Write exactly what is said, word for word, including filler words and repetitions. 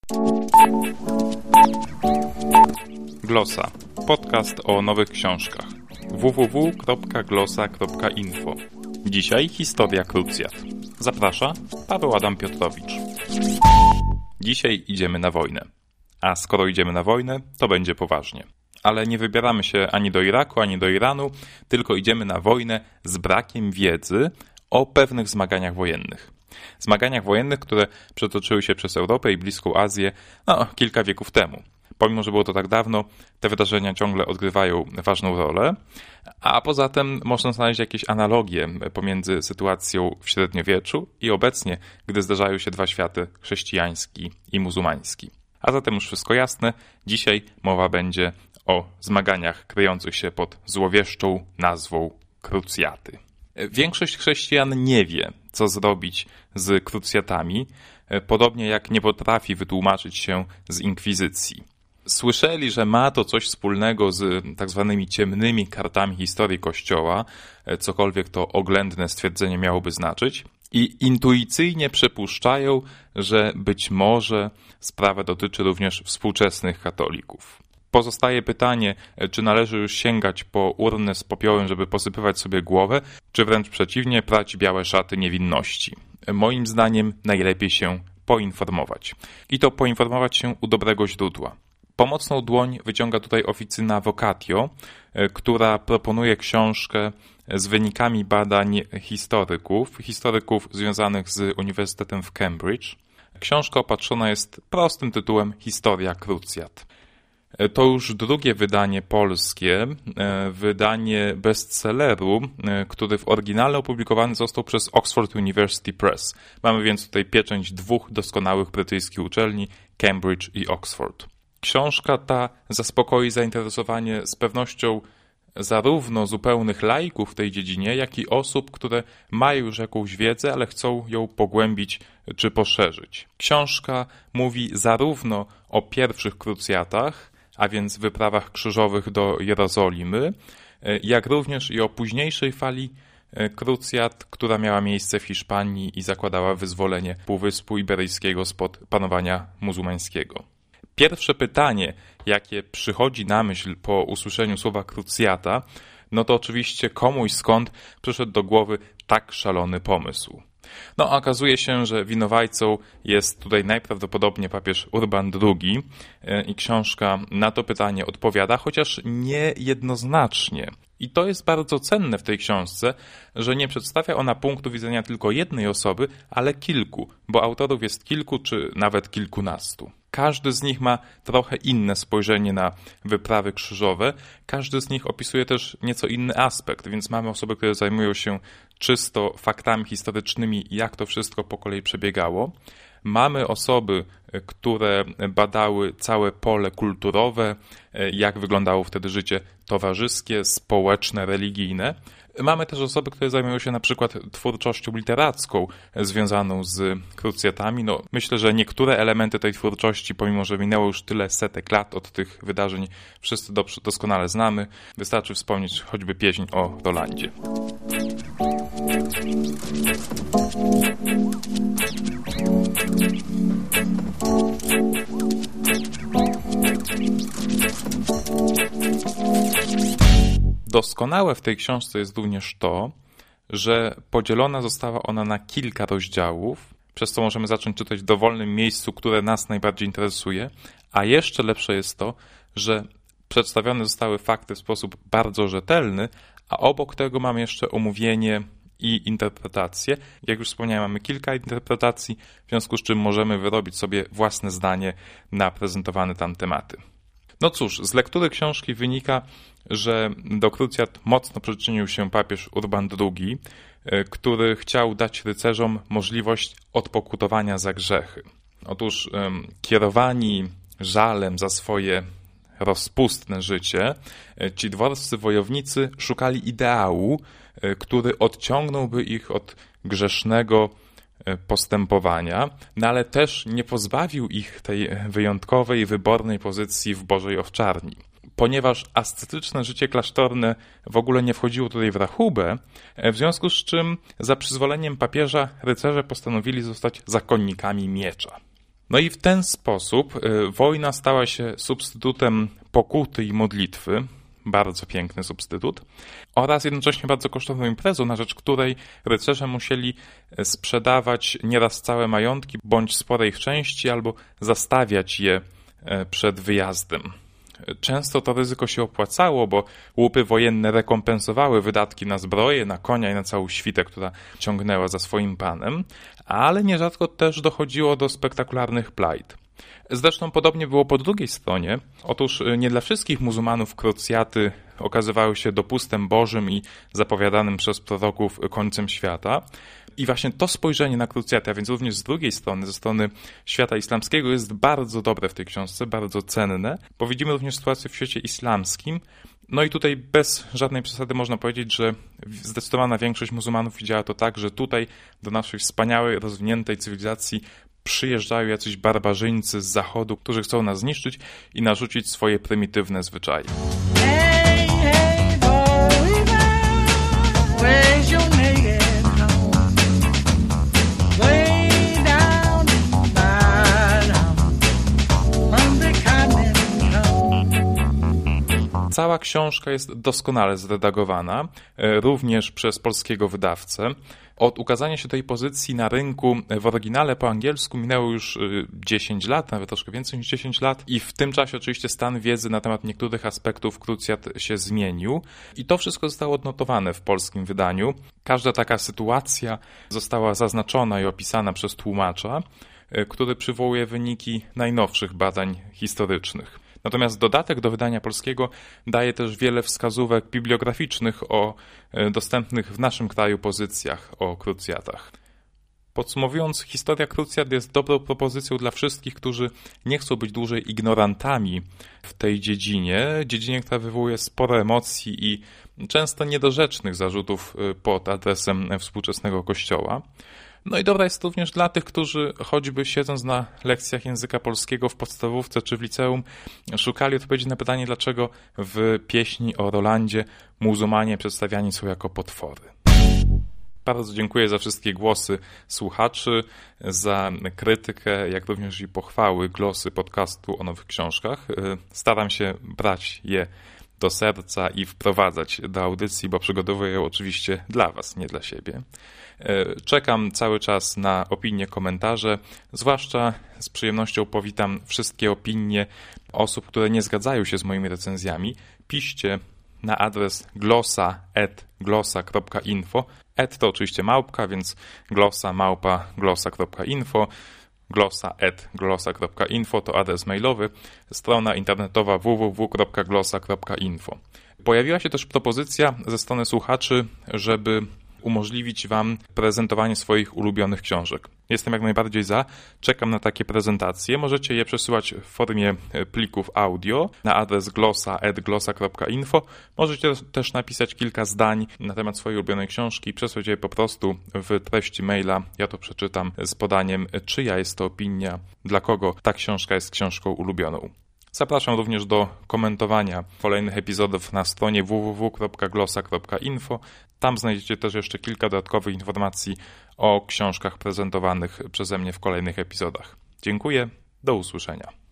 Glosa. Podcast o nowych książkach. w w w kropka glosa kropka info. Dzisiaj historia krucjat. Zaprasza Paweł Adam Piotrowicz. Dzisiaj idziemy na wojnę. A skoro idziemy na wojnę, to będzie poważnie. Ale nie wybieramy się ani do Iraku, ani do Iranu, tylko idziemy na wojnę z brakiem wiedzy o pewnych zmaganiach wojennych. Zmaganiach wojennych, które przetoczyły się przez Europę i Bliską Azję no, kilka wieków temu. Pomimo, że było to tak dawno, te wydarzenia ciągle odgrywają ważną rolę, a poza tym można znaleźć jakieś analogie pomiędzy sytuacją w średniowieczu i obecnie, gdy zdarzają się dwa światy, chrześcijański i muzułmański. A zatem już wszystko jasne, dzisiaj mowa będzie o zmaganiach kryjących się pod złowieszczą nazwą krucjaty. Większość chrześcijan nie wie, co zrobić z krucjatami, podobnie jak nie potrafi wytłumaczyć się z inkwizycji. Słyszeli, że ma to coś wspólnego z tak zwanymi ciemnymi kartami historii Kościoła, cokolwiek to oględne stwierdzenie miałoby znaczyć, i intuicyjnie przypuszczają, że być może sprawa dotyczy również współczesnych katolików. Pozostaje pytanie, czy należy już sięgać po urnę z popiołem, żeby posypywać sobie głowę, czy wręcz przeciwnie, prać białe szaty niewinności. Moim zdaniem najlepiej się poinformować. I to poinformować się u dobrego źródła. Pomocną dłoń wyciąga tutaj oficyna Vocatio, która proponuje książkę z wynikami badań historyków, historyków związanych z Uniwersytetem w Cambridge. Książka opatrzona jest prostym tytułem Historia krucjat. To już drugie wydanie polskie, wydanie bestselleru, który w oryginale opublikowany został przez Oxford University Press. Mamy więc tutaj pieczęć dwóch doskonałych brytyjskich uczelni, Cambridge i Oxford. Książka ta zaspokoi zainteresowanie z pewnością zarówno zupełnych laików w tej dziedzinie, jak i osób, które mają już jakąś wiedzę, ale chcą ją pogłębić czy poszerzyć. Książka mówi zarówno o pierwszych krucjatach, a więc wyprawach krzyżowych do Jerozolimy, jak również i o późniejszej fali krucjat, która miała miejsce w Hiszpanii i zakładała wyzwolenie Półwyspu Iberyjskiego spod panowania muzułmańskiego. Pierwsze pytanie, jakie przychodzi na myśl po usłyszeniu słowa krucjata, no to oczywiście komu i skąd przyszedł do głowy tak szalony pomysł. No, okazuje się, że winowajcą jest tutaj najprawdopodobniej papież Urban drugi i książka na to pytanie odpowiada, chociaż nie jednoznacznie. I to jest bardzo cenne w tej książce, że nie przedstawia ona punktu widzenia tylko jednej osoby, ale kilku, bo autorów jest kilku czy nawet kilkunastu. Każdy z nich ma trochę inne spojrzenie na wyprawy krzyżowe, każdy z nich opisuje też nieco inny aspekt, więc mamy osoby, które zajmują się czysto faktami historycznymi, jak to wszystko po kolei przebiegało. Mamy osoby, które badały całe pole kulturowe, jak wyglądało wtedy życie towarzyskie, społeczne, religijne. Mamy też osoby, które zajmują się na przykład twórczością literacką związaną z krucjatami. No, myślę, że niektóre elementy tej twórczości, pomimo że minęło już tyle setek lat od tych wydarzeń, wszyscy doskonale znamy. Wystarczy wspomnieć choćby pieśń o Rolandzie. Doskonałe w tej książce jest również to, że podzielona została ona na kilka rozdziałów, przez co możemy zacząć czytać w dowolnym miejscu, które nas najbardziej interesuje, a jeszcze lepsze jest to, że przedstawione zostały fakty w sposób bardzo rzetelny, a obok tego mamy jeszcze omówienie i interpretację. Jak już wspomniałem, mamy kilka interpretacji, w związku z czym możemy wyrobić sobie własne zdanie na prezentowane tam tematy. No cóż, z lektury książki wynika, że do krucjat mocno przyczynił się papież Urban drugi, który chciał dać rycerzom możliwość odpokutowania za grzechy. Otóż kierowani żalem za swoje rozpustne życie, ci dworscy wojownicy szukali ideału, który odciągnąłby ich od grzesznego postępowania, no ale też nie pozbawił ich tej wyjątkowej, wybornej pozycji w Bożej Owczarni. Ponieważ ascetyczne życie klasztorne w ogóle nie wchodziło tutaj w rachubę, w związku z czym za przyzwoleniem papieża rycerze postanowili zostać zakonnikami miecza. No i w ten sposób wojna stała się substytutem pokuty i modlitwy, bardzo piękny substytut, oraz jednocześnie bardzo kosztowną imprezą, na rzecz której rycerze musieli sprzedawać nieraz całe majątki, bądź spore ich części, albo zastawiać je przed wyjazdem. Często to ryzyko się opłacało, bo łupy wojenne rekompensowały wydatki na zbroję, na konia i na całą świtę, która ciągnęła za swoim panem, ale nierzadko też dochodziło do spektakularnych plajt. Zresztą podobnie było po drugiej stronie. Otóż nie dla wszystkich muzułmanów krucjaty okazywały się dopustem Bożym i zapowiadanym przez proroków końcem świata. I właśnie to spojrzenie na krucjaty, a więc również z drugiej strony, ze strony świata islamskiego, jest bardzo dobre w tej książce, bardzo cenne, bo widzimy również sytuację w świecie islamskim. No i tutaj bez żadnej przesady można powiedzieć, że zdecydowana większość muzułmanów widziała to tak, że tutaj do naszej wspaniałej, rozwiniętej cywilizacji przyjeżdżają jacyś barbarzyńcy z zachodu, którzy chcą nas zniszczyć i narzucić swoje prymitywne zwyczaje. Hey, hey, boy, where's your naked home? Way down, down, from the continent home. Cała książka jest doskonale zredagowana, również przez polskiego wydawcę. Od ukazania się tej pozycji na rynku w oryginale po angielsku minęło już dziesięć lat, nawet troszkę więcej niż dziesięć lat i w tym czasie oczywiście stan wiedzy na temat niektórych aspektów krucjat się zmienił i to wszystko zostało odnotowane w polskim wydaniu. Każda taka sytuacja została zaznaczona i opisana przez tłumacza, który przywołuje wyniki najnowszych badań historycznych. Natomiast dodatek do wydania polskiego daje też wiele wskazówek bibliograficznych o dostępnych w naszym kraju pozycjach o krucjatach. Podsumowując, historia krucjat jest dobrą propozycją dla wszystkich, którzy nie chcą być dłużej ignorantami w tej dziedzinie, dziedzinie, która wywołuje sporo emocji i często niedorzecznych zarzutów pod adresem współczesnego Kościoła. No i dobra jest również dla tych, którzy choćby siedząc na lekcjach języka polskiego w podstawówce czy w liceum szukali odpowiedzi na pytanie, dlaczego w pieśni o Rolandzie muzułmanie przedstawiani są jako potwory. Bardzo dziękuję za wszystkie głosy słuchaczy, za krytykę, jak również i pochwały, głosy podcastu o nowych książkach. Staram się brać je do serca i wprowadzać do audycji, bo przygotowuję ją oczywiście dla Was, nie dla siebie. Czekam cały czas na opinie, komentarze, zwłaszcza z przyjemnością powitam wszystkie opinie osób, które nie zgadzają się z moimi recenzjami. Piszcie na adres glossa at glossa kropka info. Et to oczywiście małpka, więc glossa małpa glossa kropka info. glossa at glossa kropka info to adres mailowy, strona internetowa w w w kropka glossa kropka info. Pojawiła się też propozycja ze strony słuchaczy, żeby umożliwić Wam prezentowanie swoich ulubionych książek. Jestem jak najbardziej za, czekam na takie prezentacje. Możecie je przesyłać w formie plików audio na adres glossa at glossa kropka info. Możecie też napisać kilka zdań na temat swojej ulubionej książki, przesłać je po prostu w treści maila. Ja to przeczytam z podaniem, czyja jest to opinia, dla kogo ta książka jest książką ulubioną. Zapraszam również do komentowania kolejnych epizodów na stronie w w w kropka glossa kropka info. Tam znajdziecie też jeszcze kilka dodatkowych informacji o książkach prezentowanych przeze mnie w kolejnych epizodach. Dziękuję, do usłyszenia.